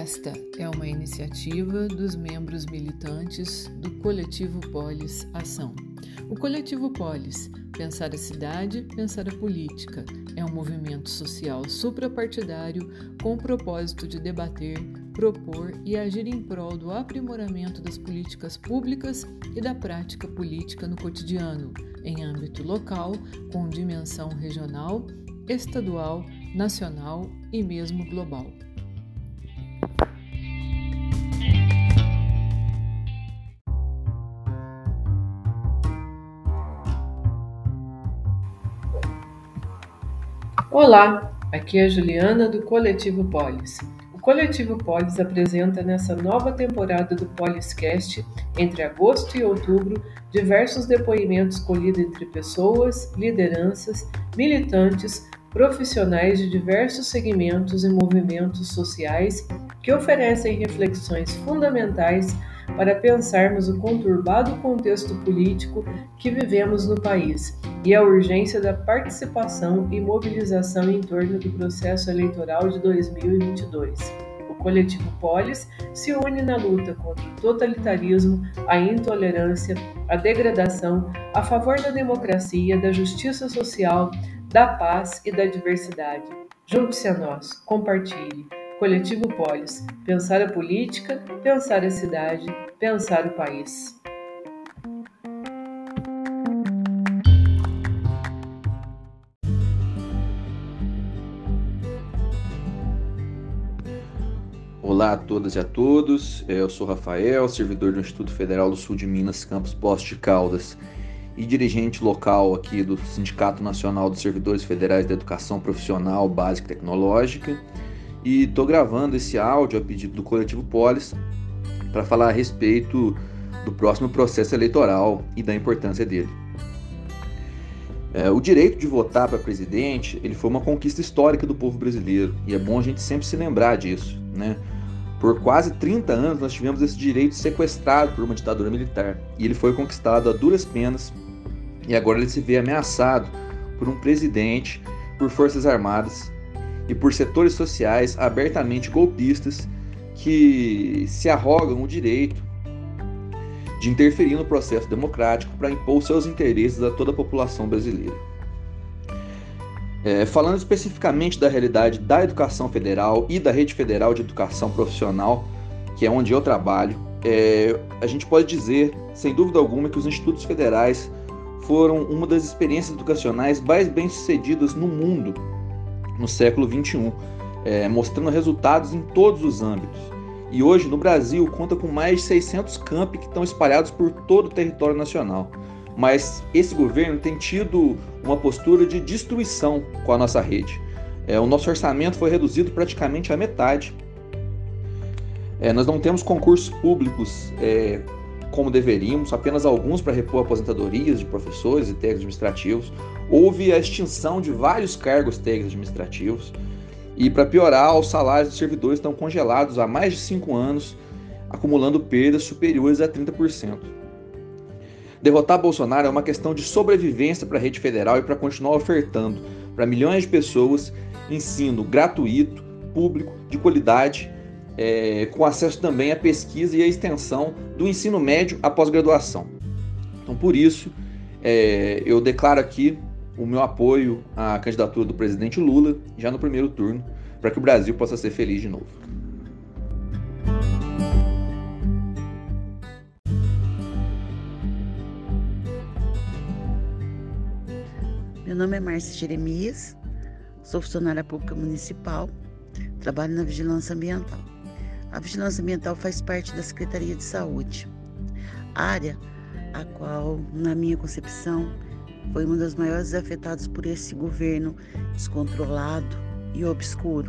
Esta é uma iniciativa dos membros militantes do Coletivo Polis Ação. O Coletivo Polis, Pensar a Cidade, Pensar a Política, é um movimento social suprapartidário com o propósito de debater, propor e agir em prol do aprimoramento das políticas públicas e da prática política no cotidiano, em âmbito local, com dimensão regional, estadual, nacional e mesmo global. Olá, aqui é a Juliana do Coletivo Polis. O Coletivo Polis apresenta nessa nova temporada do Poliscast, entre agosto e outubro, diversos depoimentos colhidos entre pessoas, lideranças, militantes, profissionais de diversos segmentos e movimentos sociais que oferecem reflexões fundamentais para pensarmos o conturbado contexto político que vivemos no país e a urgência da participação e mobilização em torno do processo eleitoral de 2022. O Coletivo Polis se une na luta contra o totalitarismo, a intolerância, a degradação, a favor da democracia, da justiça social, da paz e da diversidade. Junte-se a nós, compartilhe. Coletivo Polis, pensar a política, pensar a cidade, pensar o país. Olá a todas e a todos, eu sou Rafael, servidor do Instituto Federal do Sul de Minas, campus Poços de Caldas, e dirigente local aqui do Sindicato Nacional dos Servidores Federais da Educação Profissional, Básica e Tecnológica, e estou gravando esse áudio a pedido do Coletivo Polis para falar a respeito do próximo processo eleitoral e da importância dele. O direito de votar para presidente, ele foi uma conquista histórica do povo brasileiro, e é bom a gente sempre se lembrar disso, né? Por quase 30 anos nós tivemos esse direito sequestrado por uma ditadura militar, e ele foi conquistado a duras penas, e agora ele se vê ameaçado por um presidente, por forças armadas e por setores sociais abertamente golpistas que se arrogam o direito de interferir no processo democrático para impor seus interesses a toda a população brasileira. Falando especificamente da realidade da educação federal e da rede federal de educação profissional, que é onde eu trabalho, a gente pode dizer, sem dúvida alguma, que os institutos federais foram uma das experiências educacionais mais bem-sucedidas no mundo no século XXI, mostrando resultados em todos os âmbitos. E hoje, no Brasil, conta com mais de 600 campi que estão espalhados por todo o território nacional. Mas esse governo tem tido uma postura de destruição com a nossa rede. O nosso orçamento foi reduzido praticamente à metade. Nós não temos concursos públicos como deveríamos, apenas alguns para repor aposentadorias de professores e técnicos administrativos. Houve a extinção de vários cargos técnicos administrativos. E, para piorar, os salários dos servidores estão congelados há mais de 5 anos, acumulando perdas superiores a 30%. Derrotar Bolsonaro é uma questão de sobrevivência para a rede federal e para continuar ofertando para milhões de pessoas ensino gratuito, público, de qualidade, com acesso também à pesquisa e à extensão do ensino médio à pós-graduação. Então, por isso, eu declaro aqui o meu apoio à candidatura do presidente Lula, já no primeiro turno, para que o Brasil possa ser feliz de novo. Meu nome é Márcia Jeremias, sou funcionária pública municipal, trabalho na Vigilância Ambiental. A Vigilância Ambiental faz parte da Secretaria de Saúde, área a qual, na minha concepção, foi uma das maiores afetadas por esse governo descontrolado e obscuro.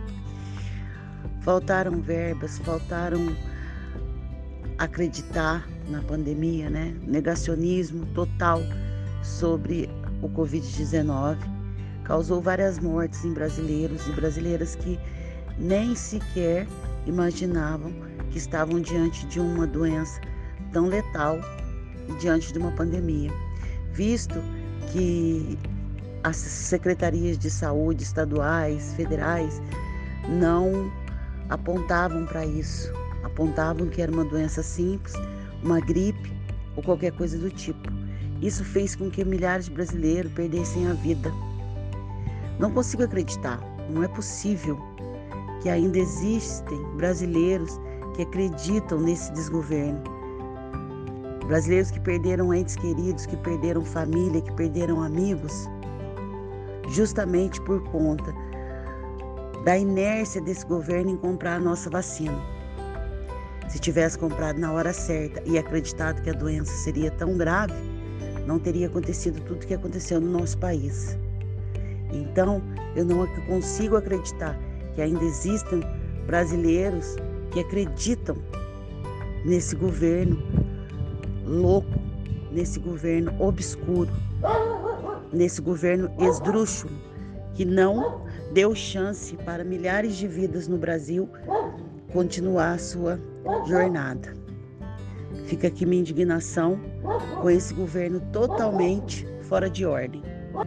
Faltaram verbas, faltaram acreditar na pandemia, né? Negacionismo total sobre o Covid-19 causou várias mortes em brasileiros e brasileiras que nem sequer imaginavam que estavam diante de uma doença tão letal e diante de uma pandemia, visto que as secretarias de saúde estaduais, federais, não apontavam para isso, apontavam que era uma doença simples, uma gripe ou qualquer coisa do tipo. Isso fez com que milhares de brasileiros perdessem a vida. Não consigo acreditar, não é possível que ainda existem brasileiros que acreditam nesse desgoverno. Brasileiros que perderam entes queridos, que perderam família, que perderam amigos, justamente por conta da inércia desse governo em comprar a nossa vacina. Se tivesse comprado na hora certa e acreditado que a doença seria tão grave, não teria acontecido tudo o que aconteceu no nosso país. Então, eu não consigo acreditar que ainda existam brasileiros que acreditam nesse governo louco, nesse governo obscuro, nesse governo esdrúxulo, que não deu chance para milhares de vidas no Brasil continuar a sua jornada. Fica aqui minha indignação com esse governo totalmente fora de ordem.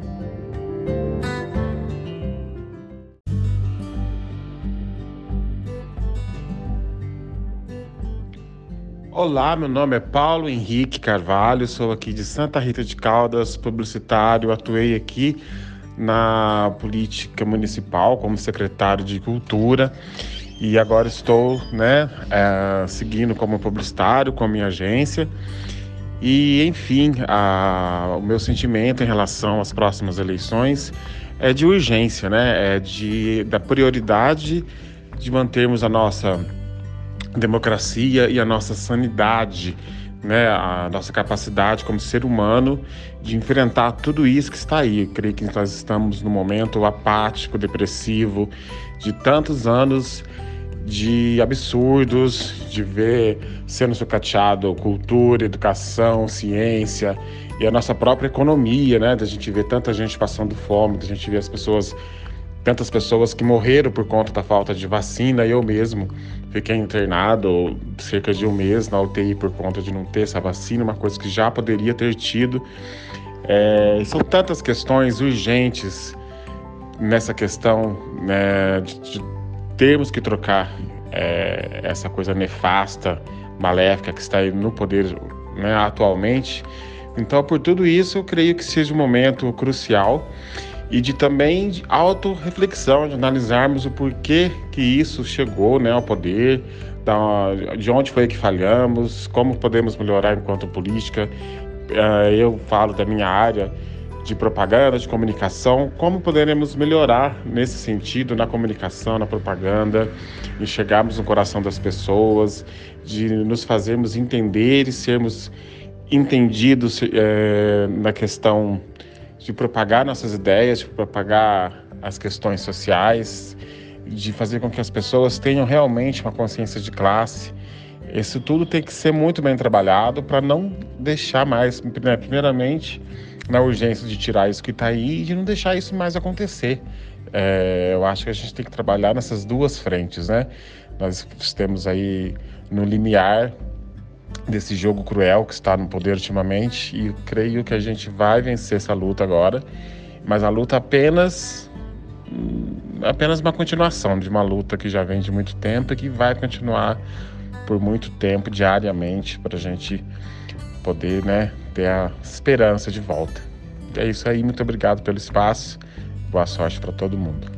Olá, meu nome é Paulo Henrique Carvalho, sou aqui de Santa Rita de Caldas, publicitário, atuei aqui na política municipal como secretário de Cultura e agora estou seguindo como publicitário com a minha agência. E, enfim, o meu sentimento em relação às próximas eleições é de urgência, da prioridade de mantermos a nossa democracia e a nossa sanidade, a nossa capacidade como ser humano de enfrentar tudo isso que está aí. Eu creio que nós estamos num momento apático, depressivo, de tantos anos de absurdos, de ver sendo sucateado cultura, educação, ciência e a nossa própria economia, da gente ver tanta gente passando fome, da gente ver tantas pessoas que morreram por conta da falta de vacina. Eu mesmo fiquei internado cerca de um mês na UTI por conta de não ter essa vacina, uma coisa que já poderia ter tido. São tantas questões urgentes nessa questão de termos que trocar essa coisa nefasta, maléfica que está aí no poder atualmente. Então, por tudo isso, eu creio que seja um momento crucial e também de autorreflexão, de analisarmos o porquê que isso chegou ao poder, de onde foi que falhamos, como podemos melhorar enquanto política. Eu falo da minha área de propaganda, de comunicação, como poderemos melhorar nesse sentido, na comunicação, na propaganda, de chegarmos no coração das pessoas, de nos fazermos entender e sermos entendidos na questão de propagar nossas ideias, de propagar as questões sociais, de fazer com que as pessoas tenham realmente uma consciência de classe. Isso tudo tem que ser muito bem trabalhado para não deixar mais, primeiramente, na urgência de tirar isso que está aí e de não deixar isso mais acontecer. Eu acho que a gente tem que trabalhar nessas duas frentes, Nós estamos aí no limiar desse jogo cruel que está no poder ultimamente e creio que a gente vai vencer essa luta agora, mas a luta apenas uma continuação de uma luta que já vem de muito tempo e que vai continuar por muito tempo, diariamente, para a gente poder ter a esperança de volta. É isso aí, muito obrigado pelo espaço, boa sorte para todo mundo.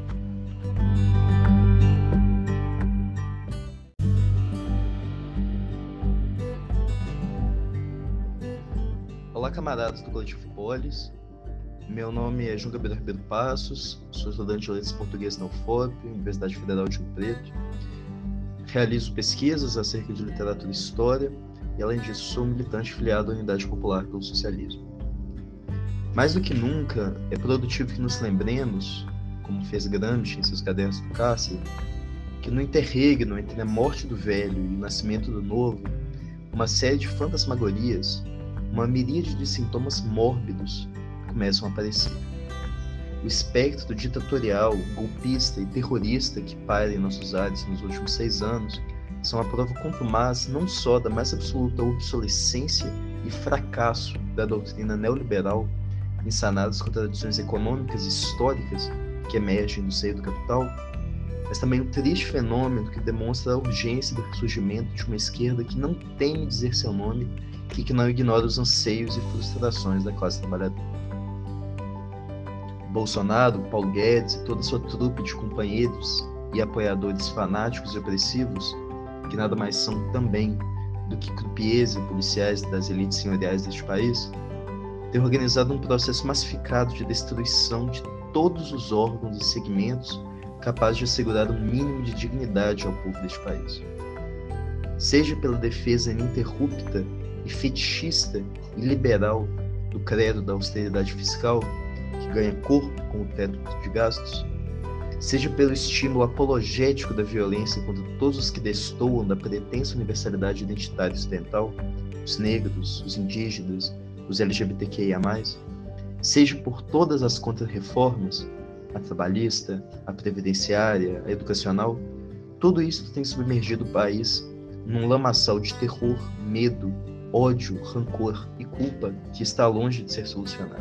Olá, camaradas do Coletivo Polis. Meu nome é João Gabriel Ribeiro Passos, sou estudante de Letras Português na UFOP, Universidade Federal de Rio Preto. Realizo pesquisas acerca de literatura e história e, além disso, sou militante filiado à Unidade Popular pelo Socialismo. Mais do que nunca, é produtivo que nos lembremos, como fez Gramsci em seus cadernos do cárcere, que no interregno entre a morte do velho e o nascimento do novo, uma série de fantasmagorias, uma miríade de sintomas mórbidos começam a aparecer. O espectro ditatorial, golpista e terrorista que paira em nossos ares nos últimos 6 anos são a prova contumaz não só da mais absoluta obsolescência e fracasso da doutrina neoliberal, insanada das contradições econômicas e históricas que emergem do seio do capital, mas também um triste fenômeno que demonstra a urgência do ressurgimento de uma esquerda que não teme dizer seu nome e que não ignora os anseios e frustrações da classe trabalhadora. Bolsonaro, Paulo Guedes e toda sua trupe de companheiros e apoiadores fanáticos e opressivos, que nada mais são também do que croupiers e policiais das elites senhoriais deste país, têm organizado um processo massificado de destruição de todos os órgãos e segmentos capazes de assegurar um mínimo de dignidade ao povo deste país. Seja pela defesa ininterrupta e fetichista e liberal do credo da austeridade fiscal, que ganha corpo com o teto de gastos, seja pelo estímulo apologético da violência contra todos os que destoam da pretensa universalidade identitária ocidental, os negros, os indígenas, os LGBTQIA+, seja por todas as contra-reformas, a trabalhista, a previdenciária, a educacional, tudo isso tem submergido o país num lamaçal de terror, medo, ódio, rancor e culpa que está longe de ser solucionado.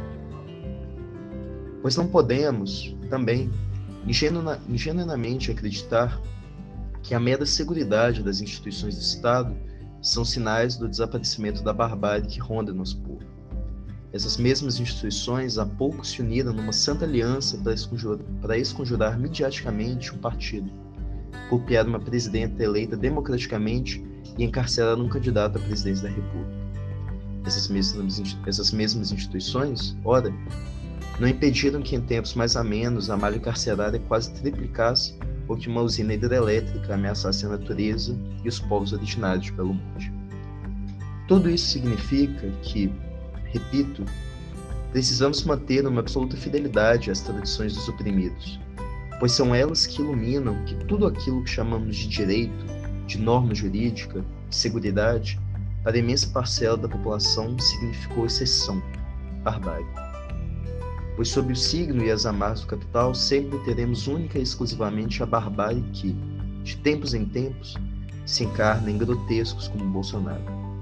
Pois não podemos, também, ingenuamente acreditar que a mera seguridade das instituições do Estado são sinais do desaparecimento da barbárie que ronda nosso povo. Essas mesmas instituições há pouco se uniram numa santa aliança para esconjurar mediaticamente um partido, golpear uma presidenta eleita democraticamente e encarcerar um candidato à presidência da República. Essas mesmas instituições, ora, não impediram que em tempos mais amenos a malha carcerária quase triplicasse ou que uma usina hidrelétrica ameaçasse a natureza e os povos originários de Belo Monte. Tudo isso significa que, repito, precisamos manter uma absoluta fidelidade às tradições dos oprimidos, pois são elas que iluminam que tudo aquilo que chamamos de direito, de norma jurídica, de seguridade, para a imensa parcela da população significou exceção, barbárie. Pois sob o signo e as amarras do capital sempre teremos única e exclusivamente a barbárie que, de tempos em tempos, se encarna em grotescos como Bolsonaro.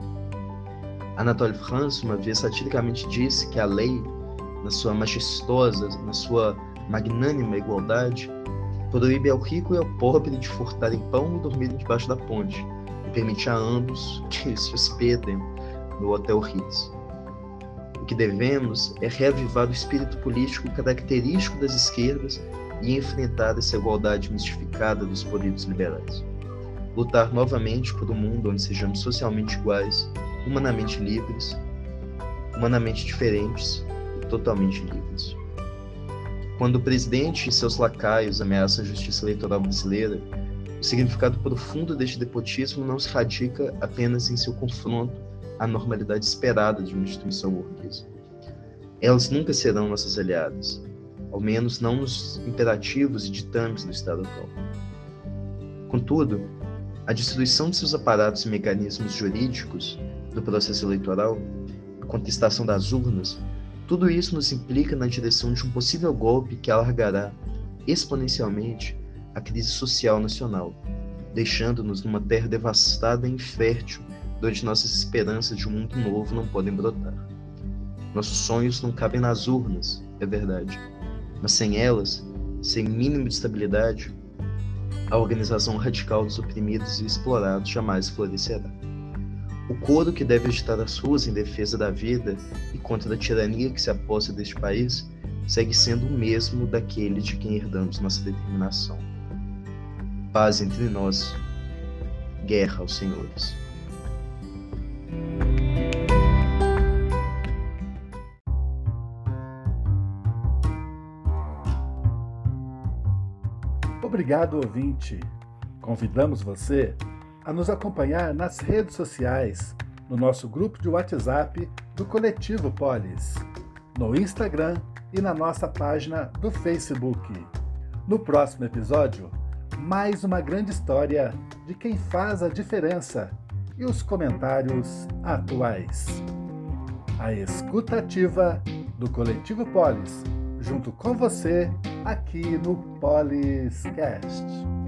Anatole France uma vez satiricamente disse que a lei, na sua majestosa, na sua magnânima igualdade, proíbe ao rico e ao pobre de furtarem pão e dormirem debaixo da ponte, e permite a ambos que se hospedem no Hotel Ritz. O que devemos é reavivar o espírito político característico das esquerdas e enfrentar essa igualdade mistificada dos políticos liberais. Lutar novamente por um mundo onde sejamos socialmente iguais, humanamente livres, humanamente diferentes e totalmente livres. Quando o presidente e seus lacaios ameaçam a justiça eleitoral brasileira, o significado profundo deste despotismo não se radica apenas em seu confronto à normalidade esperada de uma instituição burguesa. Elas nunca serão nossas aliadas, ao menos não nos imperativos e ditames do Estado atual. Contudo, a destruição de seus aparatos e mecanismos jurídicos do processo eleitoral, a contestação das urnas, tudo isso nos implica na direção de um possível golpe que alargará exponencialmente a crise social nacional, deixando-nos numa terra devastada e infértil, onde nossas esperanças de um mundo novo não podem brotar. Nossos sonhos não cabem nas urnas, é verdade, mas sem elas, sem mínimo de estabilidade, a organização radical dos oprimidos e explorados jamais florescerá. O coro que deve agitar as ruas em defesa da vida e contra a tirania que se aposta deste país segue sendo o mesmo daquele de quem herdamos nossa determinação. Paz entre nós, guerra aos senhores. Obrigado, ouvinte. Convidamos você a nos acompanhar nas redes sociais, no nosso grupo de WhatsApp do Coletivo Polis, no Instagram e na nossa página do Facebook. No próximo episódio, mais uma grande história de quem faz a diferença e os comentários atuais. A escuta ativa do Coletivo Polis, junto com você aqui no Poliscast.